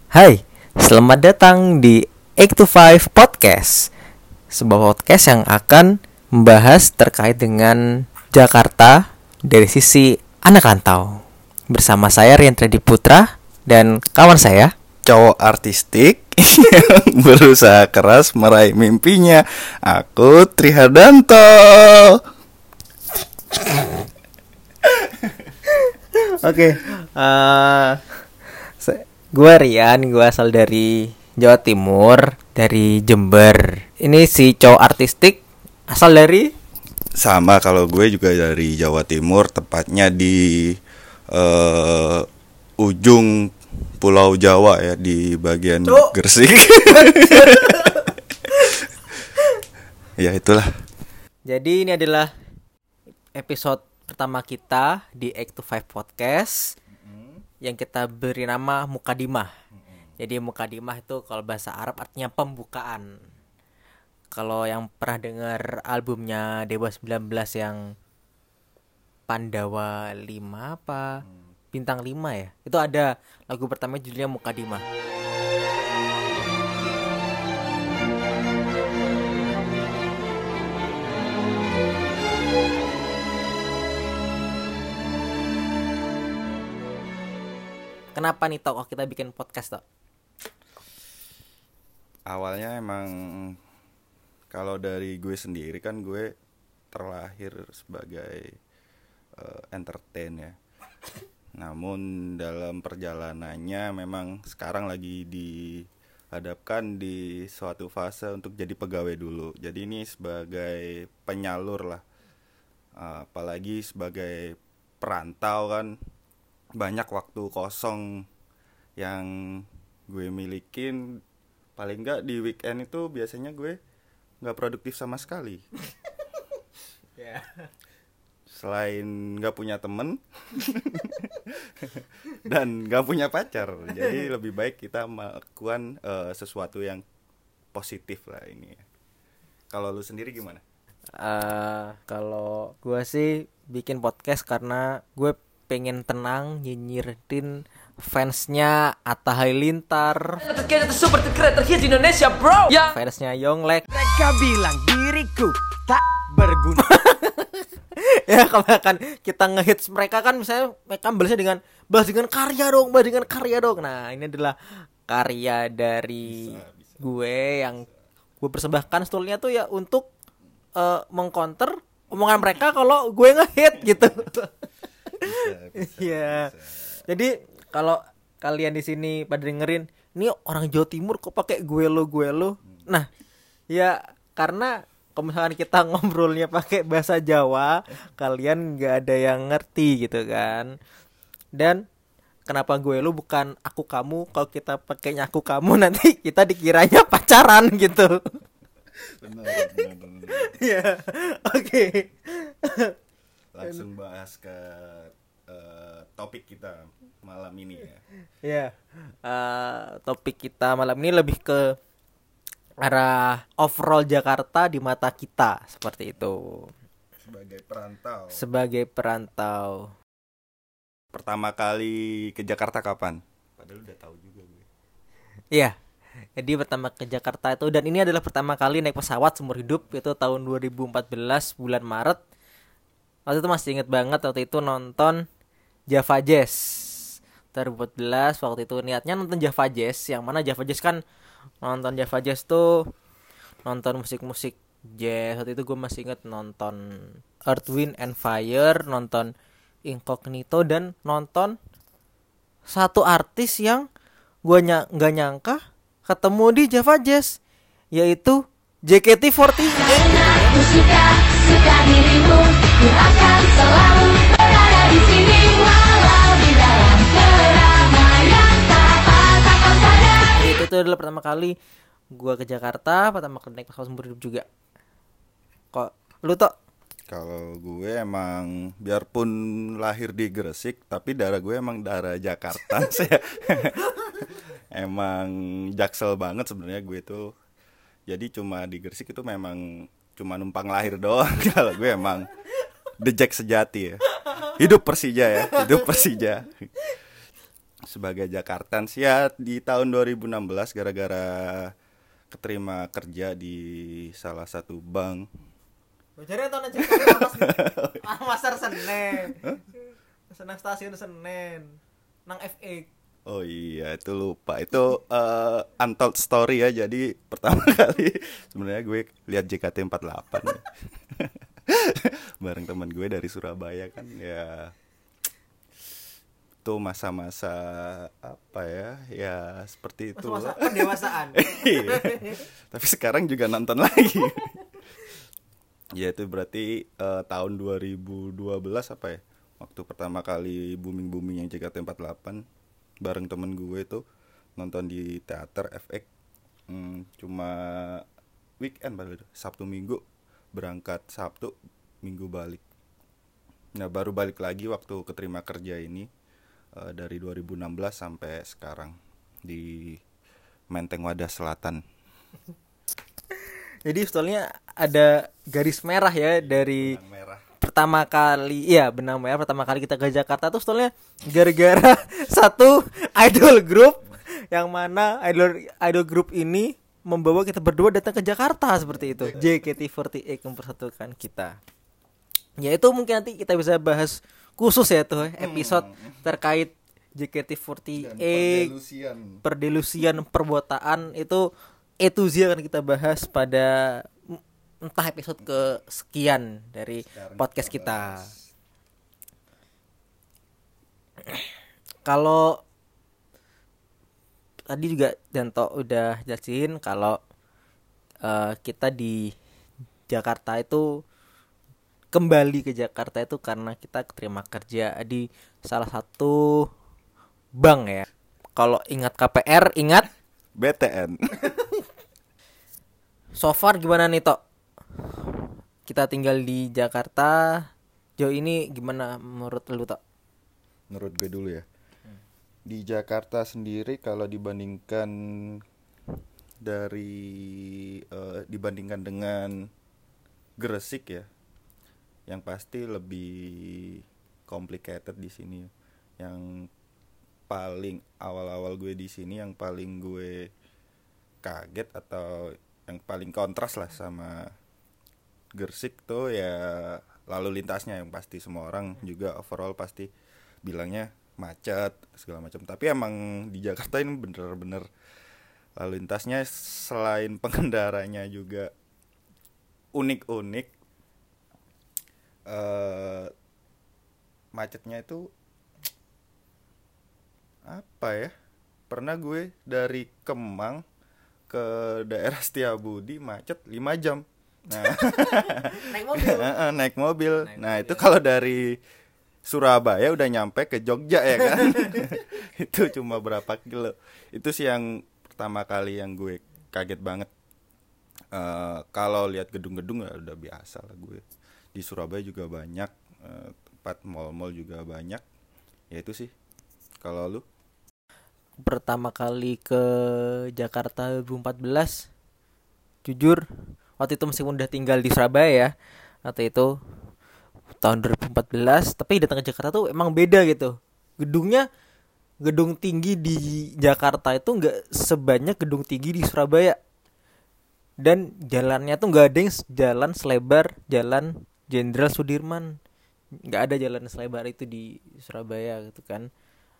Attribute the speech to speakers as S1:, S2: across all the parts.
S1: Hai, selamat datang di 8 to 5 Podcast. Sebuah podcast yang akan membahas terkait dengan Jakarta dari sisi anak rantau. Bersama saya Rian Tredi Putra dan kawan saya
S2: cowok artistik yang berusaha keras meraih mimpinya. Aku Trihardanto.
S1: Oke, gue Rian, gue asal dari Jawa Timur, dari Jember. Ini si cowok artistik asal dari
S2: Sama, kalau gue juga dari Jawa Timur, tepatnya di ujung Pulau Jawa ya, di bagian Gresik. Ya itulah.
S1: Jadi ini adalah episode pertama kita di 8 to 5 Podcast yang kita beri nama Mukadimah. Jadi Mukadimah itu kalau bahasa Arab artinya pembukaan. Kalau yang pernah dengar albumnya Dewa 19 yang Pandawa 5 apa Bintang 5 ya, itu ada lagu pertama judulnya Mukadimah. Kenapa nih Tok kita bikin podcast Tok?
S2: Awalnya emang kalau dari gue sendiri kan gue terlahir sebagai entertain ya. Namun dalam perjalanannya memang sekarang lagi dihadapkan di suatu fase untuk jadi pegawai dulu. Jadi ini sebagai penyalur lah. Apalagi sebagai perantau kan banyak waktu kosong yang gue milikin. Paling nggak di weekend itu biasanya gue nggak produktif sama sekali. Selain nggak punya temen dan nggak punya pacar, jadi lebih baik kita melakukan sesuatu yang positif lah ini. Kalau lu sendiri gimana?
S1: Kalau gue sih bikin podcast karena gue pengen tenang nyinyirin fansnya Atta Halilintar,
S3: super terhits di Indonesia, bro.
S1: fansnya Yonglek.
S3: Mereka bilang diriku tak berguna.
S1: Ya kebanyakan kita ngehits mereka kan, misalnya mereka balas dengan karya dong. Nah ini adalah karya dari gue yang gue persembahkan stylenya tuh ya untuk mengcounter omongan mereka kalau gue ngehit gitu. Iya. Jadi kalau kalian di sini pada dengerin, ini orang Jawa Timur kok pakai gue lo. Nah, ya karena kalau misalkan kita ngobrolnya pakai bahasa Jawa, kalian nggak ada yang ngerti gitu kan. Dan kenapa gue lo bukan aku kamu? Kalau kita pakainya aku kamu nanti kita dikiranya pacaran gitu.
S2: Benar.
S1: Ya, oke.
S2: Langsung bahas ke topik kita malam ini ya.
S1: Ya, topik kita malam ini lebih ke arah overall Jakarta di mata kita, seperti itu. Sebagai perantau.
S2: Pertama kali ke Jakarta kapan? Padahal udah tahu juga gue.
S1: Iya. Jadi pertama ke Jakarta itu, dan ini adalah pertama kali naik pesawat seumur hidup, itu tahun 2014 bulan Maret. Waktu itu masih inget banget, waktu itu nonton Java Jazz 2014. Waktu itu niatnya nonton Java Jazz, yang mana Java Jazz kan nonton Java Jazz tuh nonton musik-musik jazz. Waktu itu gue masih inget nonton Earth, Wind and Fire, nonton Incognito, dan nonton satu artis yang gue gak nyangka ketemu di Java Jazz, yaitu JKT48.
S4: Aku suka dirimu, ku akan selalu berada di sini walau di dalam keramaian tak kau sadari.
S1: Itu adalah pertama kali gue ke Jakarta, pertama kali naik pesawat seumur hidup juga. Kok lu Tok?
S2: Kalau gue emang biarpun lahir di Gresik, tapi darah gue emang darah Jakarta. Emang jaksel banget sebenarnya gue tuh. Jadi cuma di Gresik itu memang cuma numpang lahir doang. Kalau gue emang The Jack sejati ya. Hidup Persija ya, hidup Persija. sebagai Jakartans ya di tahun 2016 gara-gara keterima kerja di salah satu bank.
S1: Jadi tahun aja Pasar Senen. Senang stasiun Senen. Nang FX.
S2: Oh iya itu lupa itu untold story ya. Jadi pertama kali sebenarnya gue lihat JKT48 ya. Bareng teman gue dari Surabaya kan ya. Itu masa-masa apa ya? Ya seperti itu.
S1: Masa pendewasaan.
S2: Iya. Tapi sekarang juga nonton lagi. Ya itu berarti tahun 2012 apa ya? Waktu pertama kali booming yang JKT48 bareng temen gue itu nonton di teater FX. Cuma weekend padahal Sabtu Minggu, berangkat Sabtu Minggu balik. Nah baru balik lagi waktu keterima kerja ini dari 2016 sampai sekarang di Menteng Wadas Selatan.
S1: Jadi sebetulnya ada garis merah ya dari
S2: Benang merah.
S1: benang merah pertama kali kita ke Jakarta tuh sebetulnya gara-gara satu idol group yang mana idol group ini membawa kita berdua datang ke Jakarta seperti itu. JKT48 mempersatukan kita. Ya itu mungkin nanti kita bisa bahas khusus ya tuh episode terkait JKT48 perdelusian perbotaan itu akan kita bahas pada entah episode ke sekian dari podcast kita. Kalau tadi juga Danto udah jelasin kalau kita di Jakarta itu kembali ke Jakarta itu karena kita keterima kerja di salah satu bank ya. Kalau ingat KPR, ingat
S2: BTN.
S1: so far gimana nih Tok? Kita tinggal di Jakarta jauh ini gimana menurut lu Tok?
S2: Menurut gue dulu ya. Di Jakarta sendiri kalau dibandingkan dibandingkan dengan Gresik ya, yang pasti lebih complicated di sini. Yang paling awal-awal gue di sini yang paling gue kaget atau yang paling kontras lah sama Gresik tuh ya lalu lintasnya, yang pasti semua orang juga overall pasti bilangnya macet segala macam. Tapi emang di Jakarta ini bener-bener lalu lintasnya selain pengendaranya juga unik-unik, macetnya itu apa ya? Pernah gue dari Kemang ke daerah Setiabudi macet 5 jam. Nah, naik mobil. Nah, itu kalau dari Surabaya udah nyampe ke Jogja ya kan. Itu cuma berapa kilo. Itu sih yang pertama kali yang gue kaget banget. Kalau lihat gedung-gedung ya udah biasa lah gue. Di Surabaya juga banyak, tempat mall-mall juga banyak. Ya itu sih. Kalau lu?
S1: Pertama kali ke Jakarta 2014 jujur waktu itu meskipun udah tinggal di Surabaya ya, waktu itu tahun 2014, tapi datang ke Jakarta tuh emang beda gitu. Gedung tinggi di Jakarta itu nggak sebanyak gedung tinggi di Surabaya, dan jalannya tuh nggak ada yang jalan selebar Jalan Jenderal Sudirman, nggak ada jalan selebar itu di Surabaya gitu kan.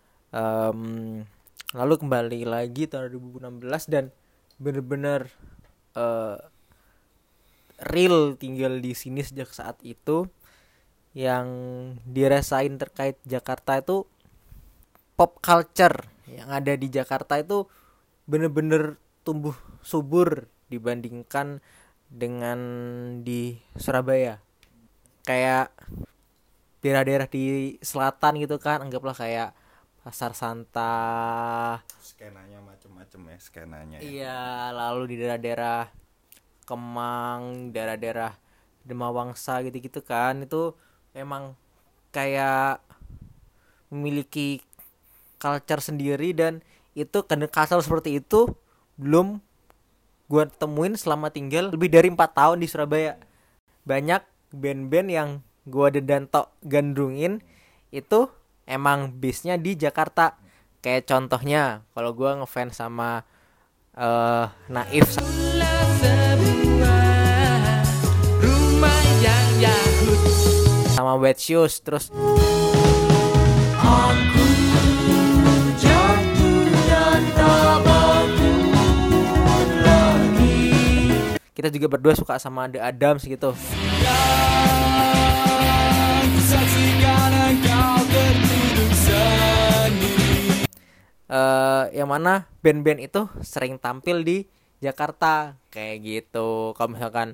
S1: Lalu kembali lagi tahun 2016 dan bener-bener real tinggal di sini sejak saat itu. Yang dirasain terkait Jakarta itu pop culture yang ada di Jakarta itu bener-bener tumbuh subur dibandingkan dengan di Surabaya. Kayak daerah-daerah di selatan gitu kan, anggaplah kayak Pasar Santa,
S2: Skenanya macem-macem ya, skenanya ya.
S1: iya, lalu di daerah-daerah Kemang, daerah-daerah Demawangsa gitu-gitu kan, itu emang kayak memiliki culture sendiri, dan itu culture seperti itu belum gue temuin selama tinggal lebih dari 4 tahun di Surabaya. Banyak band-band yang gue dan Danto gandrungin itu emang base-nya di Jakarta, Kayak contohnya kalau gue ngefans sama Naif sama Wet Shoes, terus kita juga berdua suka sama The Adams gitu. Yang mana band-band itu sering tampil di Jakarta kayak gitu. Kalau misalkan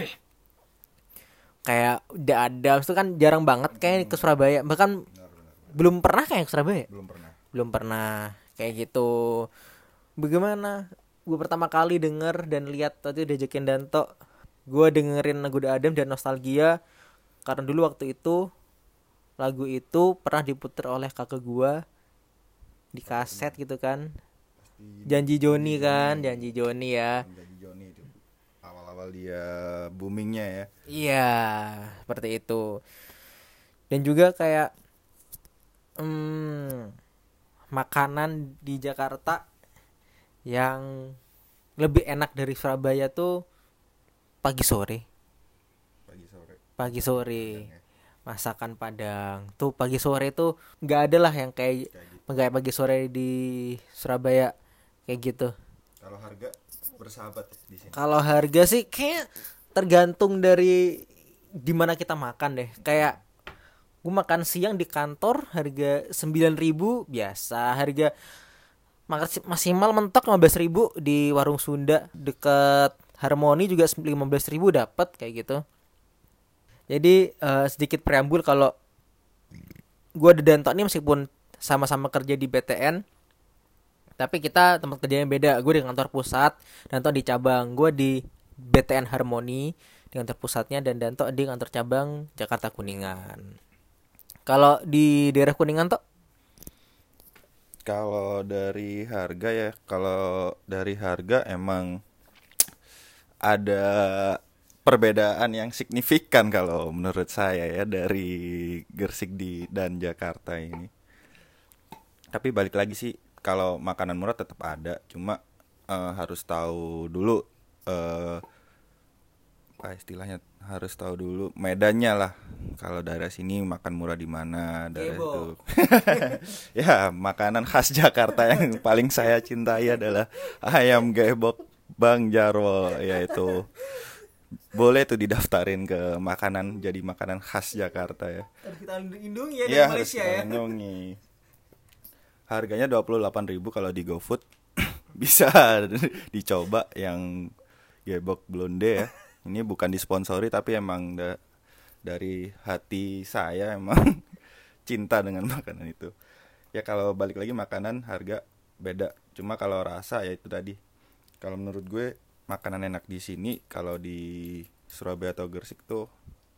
S1: kayak The Adams itu kan jarang banget kayak ke Surabaya, bahkan belum pernah kayak ke Surabaya. Belum pernah kayak gitu. Bagaimana gue pertama kali denger dan lihat tadi diajakin Danto, gue dengerin lagu The Adams dan nostalgia karena dulu waktu itu lagu itu pernah diputer oleh kakak gue di kaset gitu kan. Janji Joni kan, Janji Joni ya.
S2: Janji Joni itu awal-awal dia boomingnya ya.
S1: Iya, seperti itu. Dan juga kayak makanan di Jakarta yang lebih enak dari Surabaya tuh pagi sore. Masakan Padang tuh pagi sore tuh nggak ada lah yang kayak pagi sore di Surabaya kayak gitu.
S2: Kalau harga bersahabat di sini.
S1: Kalau harga sih kayak tergantung dari di mana kita makan deh. Kayak gue makan siang di kantor harga 9.000 biasa. Harga makan maksimal mentok 15.000 di warung Sunda deket Harmoni juga 15.000 dapat kayak gitu. Jadi sedikit preambul kalau gue ada Danto ini meskipun sama-sama kerja di BTN, tapi kita tempat kerjanya beda. Gue di kantor pusat, Danto di cabang. Gue di BTN Harmoni di kantor pusatnya dan Danto di kantor cabang Jakarta Kuningan. Kalau di daerah Kuningan toh?
S2: Kalau dari harga emang ada perbedaan yang signifikan kalau menurut saya ya dari Gersik dan Jakarta ini. Tapi balik lagi sih, kalau makanan murah tetap ada, cuma harus tahu dulu istilahnya harus tahu dulu medannya lah. Kalau daerah sini makan murah di mana, daerah itu. Ya, makanan khas Jakarta yang paling saya cintai adalah ayam gebok Bang Jarwo, yaitu boleh tuh didaftarin ke jadi makanan khas Jakarta ya.
S1: Harus kita lindungi ya
S2: dari Malaysia ya. Lindungi. Harganya 28.000 kalau di GoFood. Bisa dicoba yang gebok blonde ya. Ini bukan disponsori tapi emang dari hati saya emang cinta dengan makanan itu. Ya kalau balik lagi makanan harga beda. Cuma kalau rasa ya itu tadi. Kalau menurut gue makanan enak di sini kalau di Surabaya atau Gersik tuh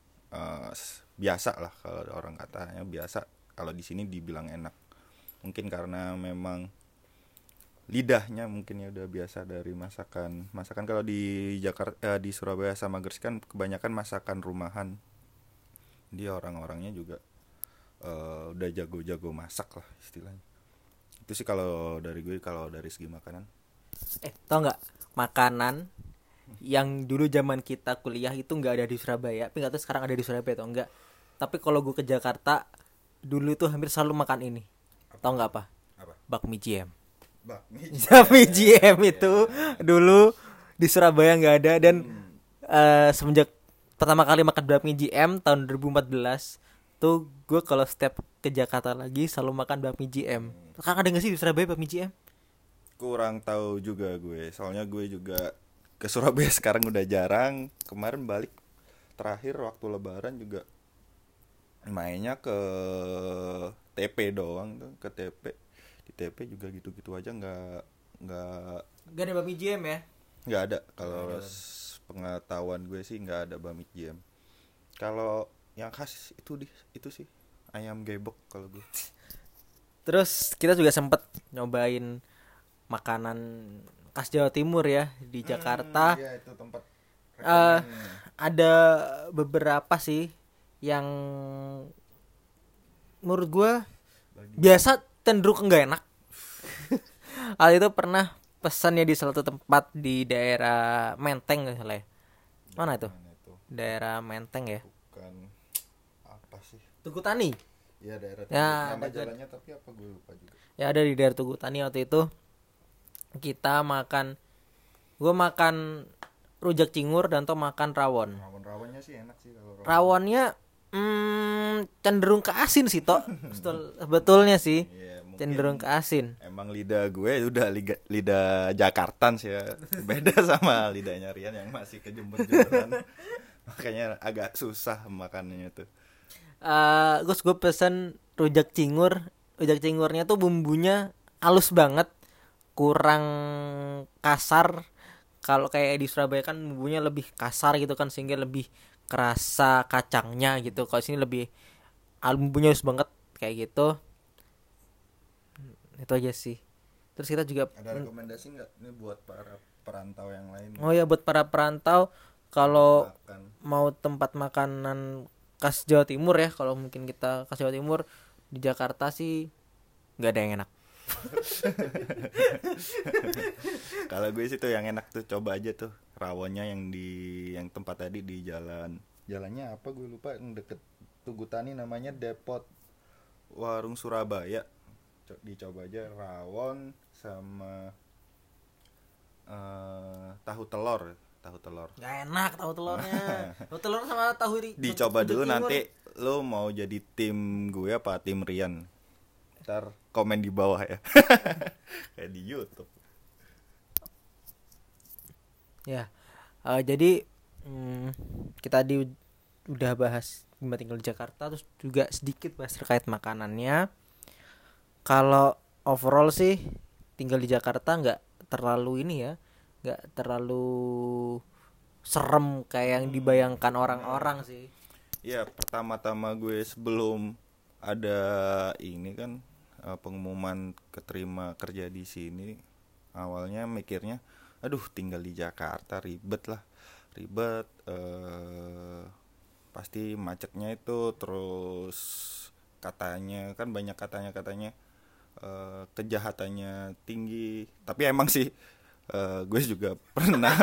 S2: biasa lah, kalau orang katanya biasa. Kalau di sini dibilang enak mungkin karena memang lidahnya mungkin ya udah biasa dari masakan kalau di Jakarta di Surabaya sama Gersik kan kebanyakan masakan rumahan. Dia orang-orangnya juga udah jago-jago masak lah istilahnya. Itu sih kalau dari gue, kalau dari segi makanan.
S1: Tau nggak makanan yang dulu zaman kita kuliah itu nggak ada di Surabaya, tapi nggak tahu sekarang ada di Surabaya atau enggak. Tapi kalau gue ke Jakarta dulu itu hampir selalu makan ini. Tau nggak apa? Bakmi JM. Bakmi JM itu dulu di Surabaya nggak ada dan semenjak pertama kali makan bakmi JM tahun 2014 tuh gue kalau setiap ke Jakarta lagi selalu makan bakmi JM. Sekarang ada nggak sih di Surabaya bakmi JM?
S2: Kurang tahu juga gue, soalnya gue juga ke Surabaya sekarang udah jarang. Kemarin balik terakhir waktu Lebaran juga mainnya ke TP doang tuh, ke TP. Di TP juga gitu-gitu aja, nggak
S1: ada bakmi JM ya?
S2: Nggak ada. Kalau pengetahuan gue sih nggak ada bakmi JM. Kalau yang khas itu sih ayam gebok kalau gue.
S1: Terus kita juga sempet nyobain makanan khas Jawa Timur ya di Jakarta.
S2: Iya, itu tempat
S1: ada beberapa sih yang menurut gue biasa cenderung enggak enak. Waktu itu pernah pesan ya di salah satu tempat di daerah Menteng nggak salah ya. Mana itu?
S2: Mana itu?
S1: Daerah Menteng ya.
S2: Bukan apa sih?
S1: Tugu Tani.
S2: Ya daerah
S1: Ya,
S2: nama
S1: dekat.
S2: jalannya tapi apa gue lupa juga.
S1: Ya ada di daerah Tugu Tani waktu itu. Kita makan, gue makan rujak cingur dan toh makan rawon.
S2: Rawon-rawonnya sih enak sih kalau rawon.
S1: Rawonnya cenderung ke asin sih toh. Sebetulnya sih
S2: Iya, mungkin
S1: cenderung ke asin.
S2: emang lidah gue udah lidah Jakartan sih ya. Beda sama lidahnya Rian yang masih kejemur-jemuran. Makanya agak susah makannya tuh.
S1: Gue pesen rujak cingur. Rujak cingurnya tuh bumbunya halus banget, kurang kasar. Kalau kayak di Surabaya kan bumbunya lebih kasar gitu kan, sehingga lebih kerasa kacangnya gitu. Kalau sini lebih bumbunya halus banget kayak gitu. Itu aja sih. Terus kita juga
S2: Ada rekomendasi nggak ini buat para perantau yang lain?
S1: oh ya, buat para perantau, kalau
S2: Makan.
S1: mau tempat makanan khas Jawa Timur ya, kalau mungkin kita khas Jawa Timur di Jakarta sih nggak ada yang enak.
S2: Kalau gue sih tuh yang enak tuh coba aja tuh rawonnya yang tempat tadi di jalannya apa gue lupa, yang deket Tugu Tani namanya Depot Warung Surabaya. Dicoba aja rawon sama tahu telur.
S1: Nggak enak tahu telurnya. Tahu telur sama tahu
S2: Dicoba
S1: rujak
S2: dulu
S1: cingur.
S2: nanti lo mau jadi tim gue apa tim Rian. Ntar komen di bawah ya. Kayak di YouTube.
S1: Ya, jadi kita udah bahas gimana tinggal di Jakarta, terus juga sedikit bahas terkait makanannya. Kalau overall sih tinggal di Jakarta nggak terlalu ini ya, nggak terlalu serem kayak yang dibayangkan orang-orang sih.
S2: Ya pertama-tama gue sebelum ada ini kan pengumuman keterima kerja di sini, awalnya mikirnya aduh tinggal di Jakarta ribet pasti macetnya itu, terus katanya kan banyak katanya kejahatannya tinggi, tapi emang sih gue juga pernah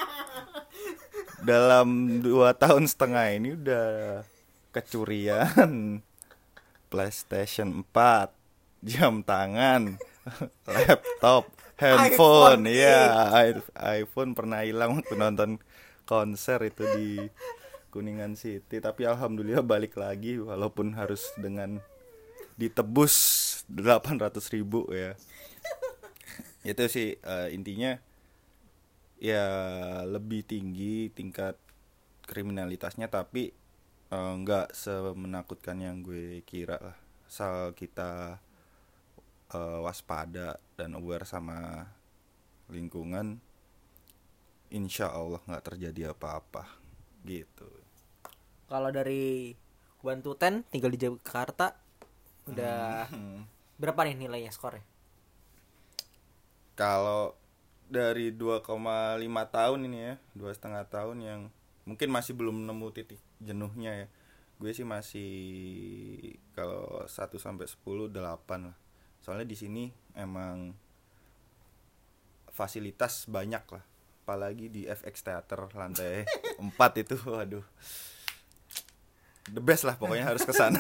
S2: dalam 2 tahun setengah ini udah kecurian PlayStation 4, jam tangan, laptop, handphone. Iya, iPhone pernah hilang waktu nonton konser itu di Kuningan City, tapi alhamdulillah balik lagi walaupun harus dengan ditebus 800.000 ya. Itu sih intinya ya lebih tinggi tingkat kriminalitasnya, tapi nggak semenakutkan yang gue kira lah. Asal kita waspada dan aware sama lingkungan, insya Allah nggak terjadi apa-apa gitu.
S1: Kalau dari 1 to 10 tinggal di Jakarta udah berapa nih nilainya, skornya?
S2: Kalau dari 2,5 tahun ini ya, 2,5 tahun yang mungkin masih belum nemu titik jenuhnya ya, gue sih masih kalau 1 sampai 10 8 lah. Soalnya di sini emang fasilitas banyak lah, apalagi di FX Theater lantai 4 itu, waduh, the best lah pokoknya, harus kesana.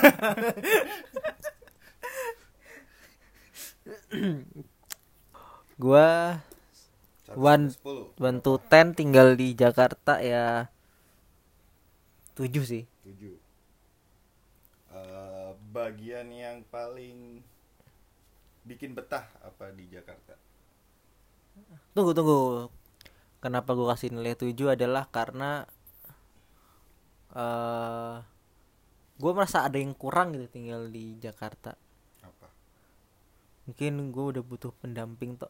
S1: Gua 1 to 10 tinggal di Jakarta ya 7 sih.
S2: 7. Bagian yang paling bikin betah apa di Jakarta?
S1: Tunggu. Kenapa gue kasih nilai 7 adalah karena gue merasa ada yang kurang gitu tinggal di Jakarta.
S2: Apa?
S1: Mungkin gue udah butuh pendamping toh.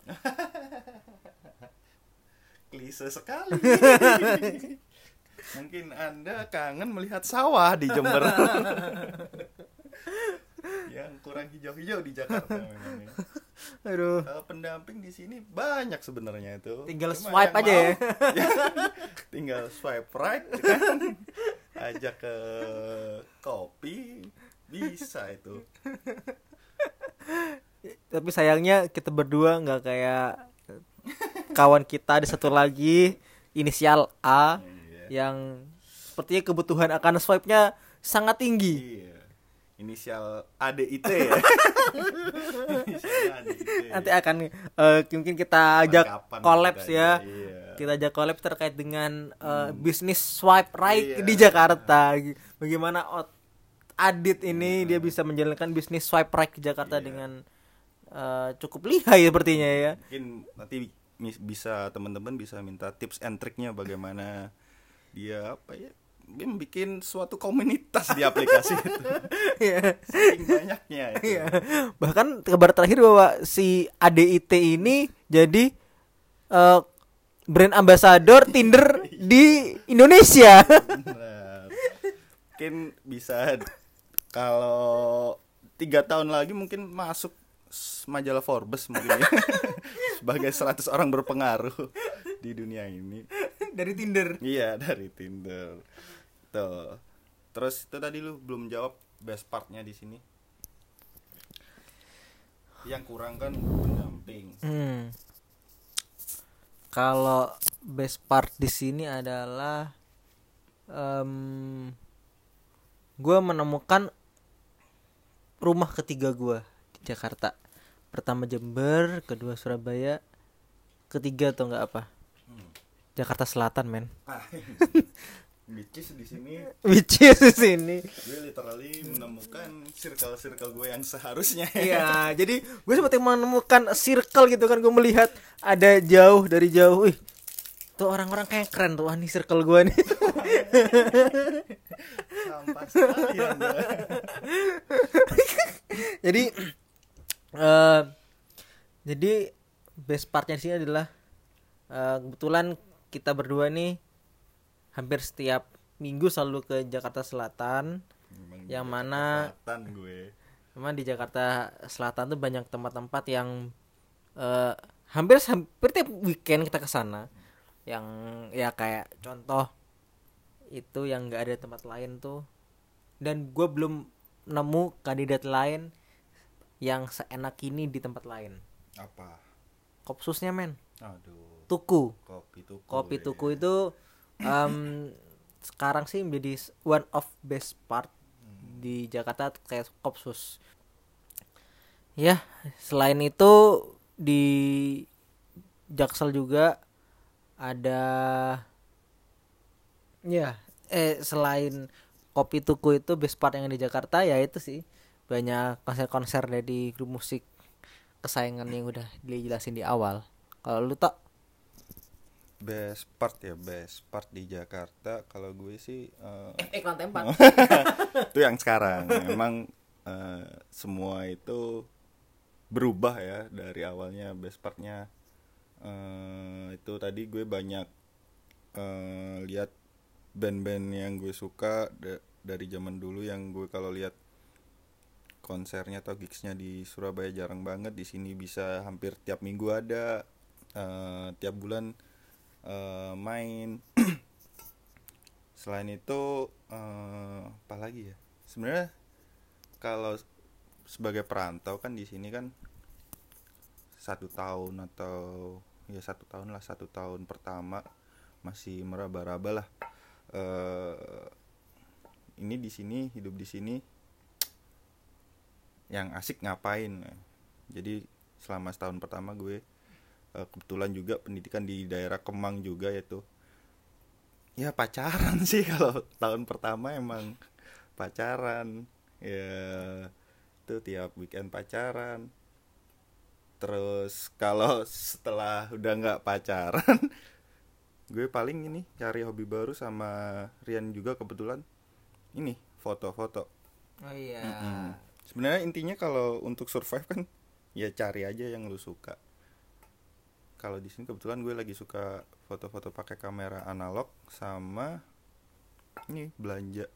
S2: Klise sekali. Mungkin Anda kangen melihat sawah di Jember. Yang kurang hijau-hijau di Jakarta memang ya.
S1: Aduh.
S2: Kalau pendamping di sini banyak sebenarnya itu.
S1: Tinggal
S2: Cuma
S1: swipe
S2: yang
S1: aja ya.
S2: Tinggal swipe right kan. Ajak ke kopi bisa itu.
S1: Tapi sayangnya kita berdua nggak kayak kawan kita, ada satu lagi inisial A yang sepertinya kebutuhan akan swipe-nya sangat tinggi.
S2: Iya. Inisial ADIT ya. Inisial ADIT.
S1: Nanti akan mungkin kita ajak
S2: Kapan-kapan
S1: kolaps
S2: kita
S1: ya.
S2: aja, iya.
S1: Kita ajak kolaps terkait dengan bisnis swipe right
S2: Iya.
S1: di Jakarta. Bagaimana Adit ini dia bisa menjalankan bisnis swipe right di Jakarta dengan cukup lihai sepertinya ya.
S2: Mungkin nanti bisa teman-teman bisa minta tips and triknya bagaimana dia dia bikin suatu komunitas di aplikasi itu.
S1: Iya.
S2: Saking banyaknya itu.
S1: Iya. Bahkan kabar terakhir bahwa si ADIT ini jadi brand ambassador Tinder di Indonesia.
S2: Benar. Mungkin bisa kalau 3 tahun lagi mungkin masuk majalah Forbes mungkin ya. Sebagai 100 orang berpengaruh di dunia ini.
S1: Dari Tinder.
S2: Iya, dari Tinder. Tuh. Terus itu tadi lu belum jawab best partnya di sini. Yang kurang kan pendamping.
S1: Kalau best part di sini adalah gue menemukan rumah ketiga gue di Jakarta. Pertama Jember, kedua Surabaya, ketiga atau enggak apa? Jakarta Selatan, men.
S2: Which is di sini
S1: Which is di sini.
S2: gue literally menemukan circle-circle gue yang seharusnya.
S1: Iya, jadi gue seperti menemukan circle gitu kan, gue melihat ada dari jauh, wih, tuh orang-orang kayak keren tuh, nih circle gue nih.
S2: Sampah sekali Anda.
S1: Jadi best partnya di sini adalah kebetulan kita berdua nih hampir setiap minggu selalu ke Jakarta Selatan.
S2: Memang
S1: Yang
S2: di
S1: mana
S2: Selatan gue.
S1: memang di Jakarta Selatan tuh banyak tempat-tempat yang hampir tiap weekend kita ke sana. Yang ya kayak contoh itu yang enggak ada tempat lain tuh. Dan gue belum nemu kandidat lain yang seenak ini di tempat lain.
S2: Apa?
S1: Kopsusnya, men.
S2: Aduh.
S1: Tuku.
S2: Kopi
S1: Tuku
S2: ya.
S1: itu sekarang sih menjadi one of best part di Jakarta kayak Kopsus. Ya, selain itu di Jaksel juga ada selain Kopi Tuku itu best part yang di Jakarta, ya itu sih banyak konser-konser dari grup musik kesayangan yang udah dijelasin di awal. Kalau lu tak
S2: best part di Jakarta kalau gue sih
S1: iklan tempat.
S2: itu yang sekarang memang semua itu berubah ya dari awalnya. Best partnya itu tadi gue banyak lihat band-band yang gue suka dari zaman dulu, yang gue kalau lihat konsernya atau gigsnya di Surabaya jarang banget. Di sini bisa hampir tiap minggu ada, tiap bulan main. Selain itu apa lagi ya, sebenarnya kalau sebagai perantau kan di sini kan 1 tahun atau ya 1 tahun lah, 1 tahun pertama masih meraba-raba lah. Ini di sini, hidup di sini yang asik ngapain. Jadi selama setahun pertama gue kebetulan juga pendidikan di daerah Kemang juga, yaitu ya pacaran sih. Kalau tahun pertama emang pacaran ya, itu tiap weekend pacaran. Terus kalau setelah udah nggak pacaran gue paling ini cari hobi baru, sama Rian juga kebetulan ini foto-foto.
S1: Oh iya.
S2: Sebenarnya intinya kalau untuk survive kan ya cari aja yang lu suka. Kalau di sini kebetulan gue lagi suka foto-foto pakai kamera analog, sama ini belanja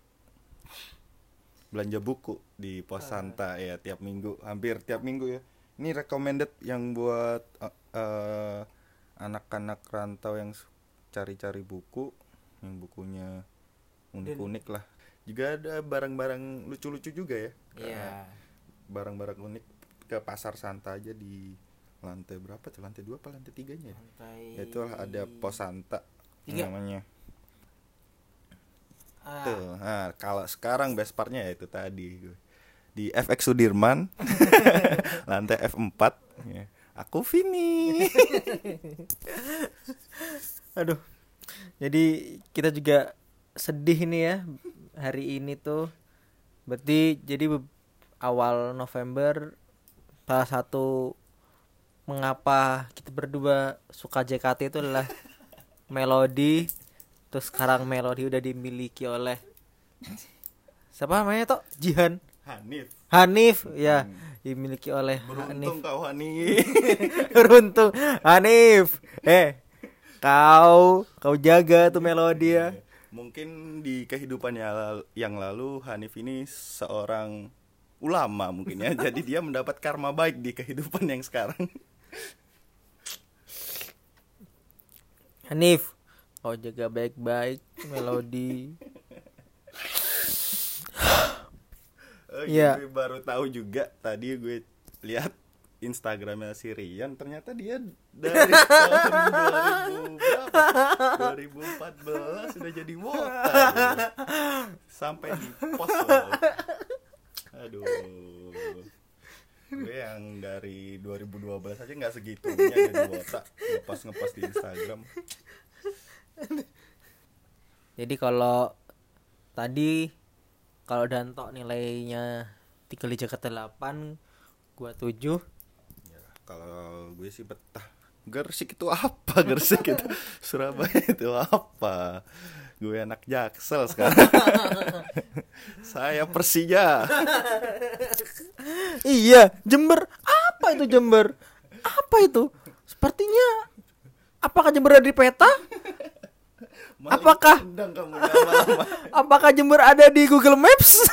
S2: buku di Pos Santa ya, tiap minggu, hampir tiap minggu ya. Ini recommended yang buat anak-anak rantau yang cari-cari buku, yang bukunya unik-unik lah. Juga ada barang-barang lucu-lucu juga ya.
S1: Iya.
S2: Barang-barang unik ke Pasar Santa aja di lantai berapa tuh? Lantai 2 apa lantai 3-nya ya? Itu ada Pos Santa
S1: 3.
S2: namanya. Tuh, nah kalau sekarang best partnya ya itu tadi gue di FX Sudirman lantai F4 ya. Aku Vini.
S1: Aduh. Jadi kita juga sedih nih ya hari ini tuh. Berarti jadi awal November salah satu mengapa kita berdua suka JKT itu adalah Melody. Terus sekarang Melody udah dimiliki oleh siapa namanya toh? Jihan. Hanif ya, dimiliki oleh Hanif.
S2: Beruntung kau Hanif.
S1: Beruntung Hanif. Kau jaga tuh Melody ya.
S2: Mungkin di kehidupan yang lalu Hanif ini seorang ulama mungkin ya. Jadi dia mendapat karma baik di kehidupan yang sekarang.
S1: Hanif, kau jaga baik-baik Melody. Iya.
S2: Gue baru tahu juga tadi gue lihat Instagramnya si Rian, ternyata dia dari tahun 2014 sudah jadi wota sampai di post loh. Aduh, gue yang dari 2012 aja nggak segitunya jadi wota ngepost di Instagram.
S1: Jadi kalau Danto nilainya 3/8, gua 7.
S2: Ya, kalau gue sih betah. Gersik itu apa? Gersik itu Surabaya itu apa? Gue anak Jaksel sekarang. Saya Persija.
S1: Iya, Jember. Apa itu Jember? Apa itu? Sepertinya apakah Jember ada di peta? Apakah apakah Jember ada di Google Maps?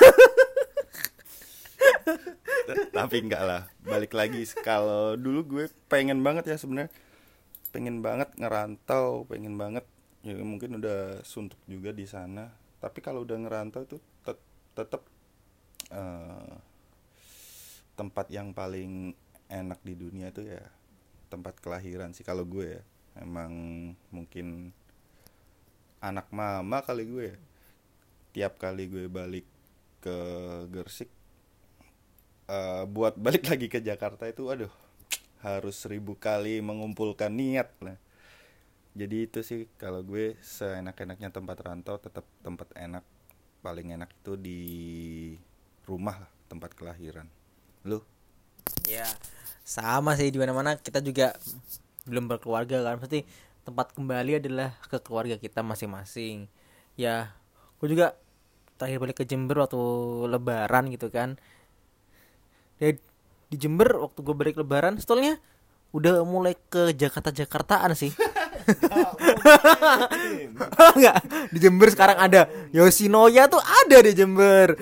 S2: Tapi enggak lah. Balik lagi, kalau dulu gue pengen banget ya sebenarnya. Pengen banget ngerantau, pengen banget ya mungkin udah suntuk juga di sana. Tapi kalau udah ngerantau tuh tetap tempat yang paling enak di dunia itu ya tempat kelahiran sih kalau gue ya. Emang mungkin anak mama kali gue ya. Tiap kali gue balik ke Gersik, buat balik lagi ke Jakarta itu aduh harus 1000 kali mengumpulkan niat lah. Jadi itu sih kalau gue seenak-enaknya tempat rantau tetap tempat enak. Paling enak itu di rumah lah, tempat kelahiran. Lu?
S1: Ya, sama sih, di mana-mana kita juga belum berkeluarga kan. Pasti tempat kembali adalah ke keluarga kita masing-masing. Ya, gue juga terakhir balik ke Jember waktu Lebaran gitu kan. Di Jember waktu gue balik Lebaran, stolnya udah mulai ke Jakartaan sih. Enggak, di Jember sekarang ada Yoshinoya tuh ada di Jember.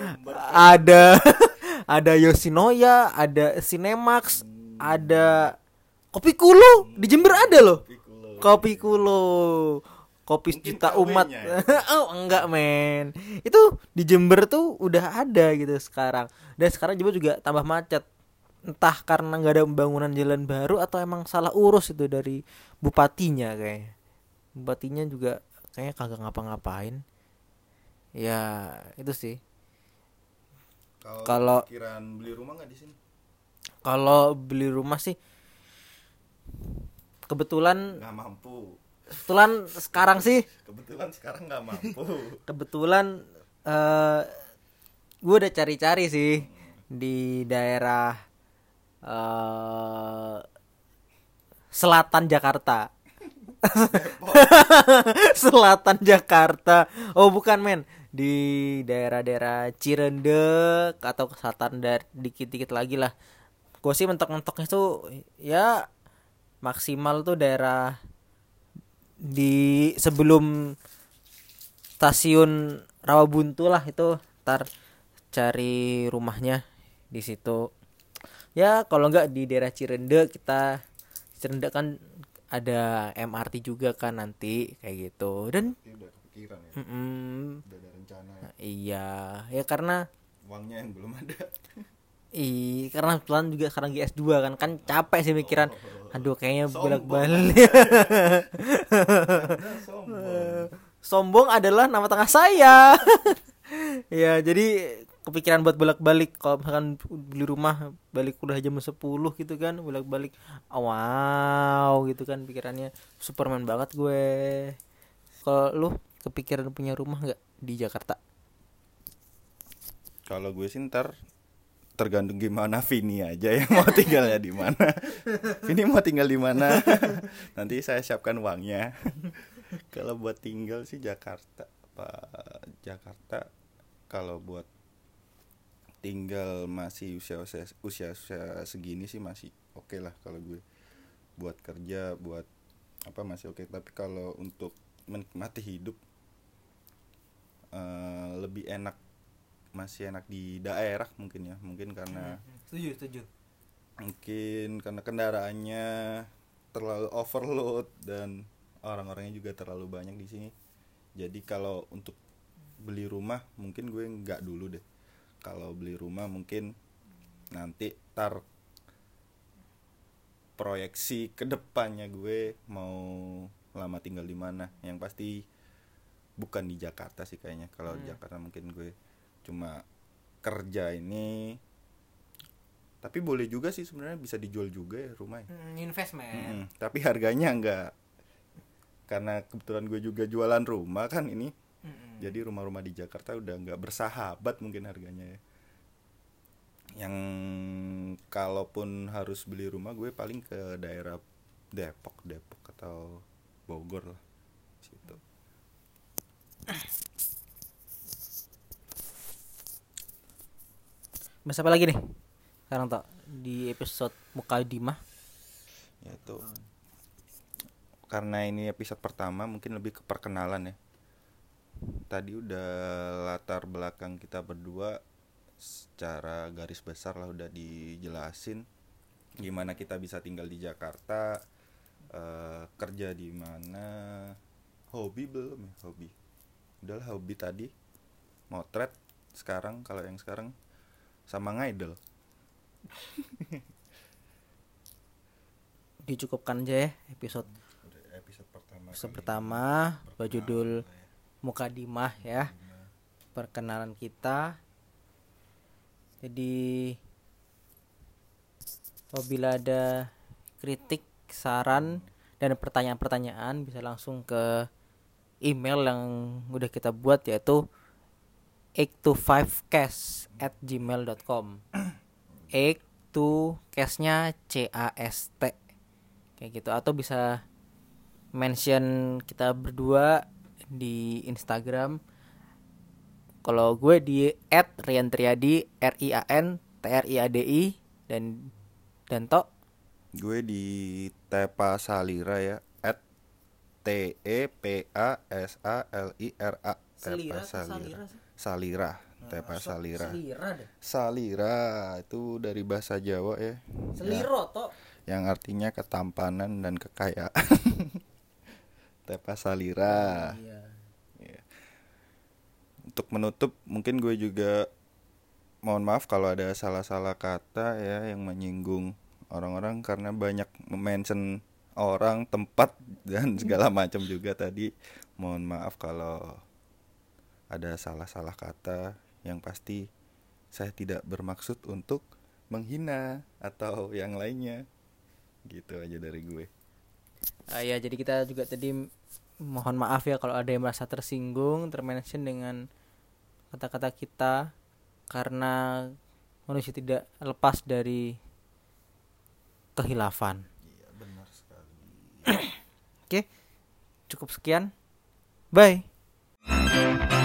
S1: Ada Yoshinoya, ada Cinemax, ada Kopi Kulo di Jember ada loh. Kopi Kulo, kopi sejuta umat. Oh enggak men, itu di Jember tuh udah ada gitu sekarang. Dan sekarang Jember juga tambah macet. Entah karena nggak ada pembangunan jalan baru atau emang salah urus itu dari bupatinya kayaknya. Bupatinya juga kayaknya kagak ngapa-ngapain. Ya itu sih. Kalau
S2: pikiran beli rumah nggak di sini?
S1: Kalau beli rumah sih kebetulan
S2: Nggak mampu.
S1: sekarang sih
S2: Kebetulan sekarang nggak mampu.
S1: kebetulan gue udah cari-cari sih di daerah selatan Jakarta. Selatan Jakarta. Oh bukan men, di daerah-daerah Cirendek atau ke selatan dari dikit-dikit lagi lah. Gue sih mentok-mentoknya tuh ya maksimal tuh daerah di sebelum stasiun Rawabuntu lah, itu ntar cari rumahnya di situ. Ya kalau enggak di daerah Cirende, Cirende kan ada MRT juga kan nanti kayak gitu. Dan
S2: Udah kepikiran ya.
S1: udah
S2: Udah ada rencana ya.
S1: iya ya karena
S2: Uangnya yang belum ada.
S1: Karena kebetulan juga sekarang lagi S2 kan capek sih mikiran. Aduh kayaknya bolak-balik. Sombong adalah nama tengah saya. Ya, jadi kepikiran buat bolak-balik kalau misalkan beli rumah balik udah jam 10 gitu kan, bolak-balik. Wow, gitu kan pikirannya. Superman banget gue. Kalau lu kepikiran punya rumah nggak di Jakarta?
S2: Kalau gue sih ntar tergantung gimana Vini aja yang mau tinggalnya di mana. Vini mau tinggal di mana? Nanti saya siapkan uangnya. Kalau buat tinggal sih Jakarta. Jakarta kalau buat tinggal masih usia segini sih masih oke lah kalau gue. Buat kerja, buat apa masih oke. Tapi kalau untuk menikmati hidup lebih enak, masih enak di daerah mungkin ya, mungkin karena
S1: Setuju.
S2: mungkin karena kendaraannya terlalu overload dan orang-orangnya juga terlalu banyak di sini. Jadi kalau untuk beli rumah mungkin gue nggak dulu deh. Kalau beli rumah mungkin nanti proyeksi kedepannya gue mau lama tinggal di mana. Yang pasti bukan di Jakarta sih kayaknya. Kalau di Jakarta mungkin gue cuma kerja ini. Tapi boleh juga sih sebenarnya, bisa dijual juga ya rumah ya.
S1: Investment.
S2: Tapi harganya enggak, karena kebetulan gue juga jualan rumah kan ini. Jadi rumah-rumah di Jakarta udah enggak bersahabat mungkin harganya ya. Yang kalaupun harus beli rumah gue paling ke daerah Depok atau Bogor lah situ.
S1: Bahas apa lagi nih sekarang toh di episode Mukadimah?
S2: Yaitu karena ini episode pertama mungkin lebih ke perkenalan ya. Tadi udah latar belakang kita berdua secara garis besar lah udah dijelasin gimana kita bisa tinggal di Jakarta, kerja di mana, hobi belum ya, hobi udahlah, hobi tadi motret, sekarang kalau yang sekarang sama ngidol.
S1: Dicukupkan aja ya episode pertama berjudul Mukadimah ya, perkenalan kita. Jadi apabila ada kritik, saran dan pertanyaan-pertanyaan bisa langsung ke email yang udah kita buat, yaitu 825cast@gmail.com. 8 cast-nya CAST kayak gitu, atau bisa mention kita berdua di Instagram. Kalau gue di @riantriadi RIANTRIADI dan Tok
S2: Gue di Tepa Salira ya, TEPASALIRA. Tepa Salira. Tepa Salira. Salira itu dari bahasa Jawa ya.
S1: Seliro Tok.
S2: Yang artinya ketampanan dan kekayaan. Tepa Salira.
S1: Iya.
S2: Ya. Untuk menutup mungkin gue juga mohon maaf kalau ada salah-salah kata ya yang menyinggung orang-orang, karena banyak mention orang, tempat dan segala macam juga tadi. Mohon maaf kalau ada salah-salah kata. Yang pasti saya tidak bermaksud untuk menghina atau yang lainnya. Gitu aja dari gue.
S1: Ya, jadi kita juga tadi mohon maaf ya kalau ada yang merasa tersinggung, termention dengan kata-kata kita, karena manusia tidak lepas dari kehilafan.
S2: Iya, benar sekali.
S1: Oke, cukup sekian. Bye.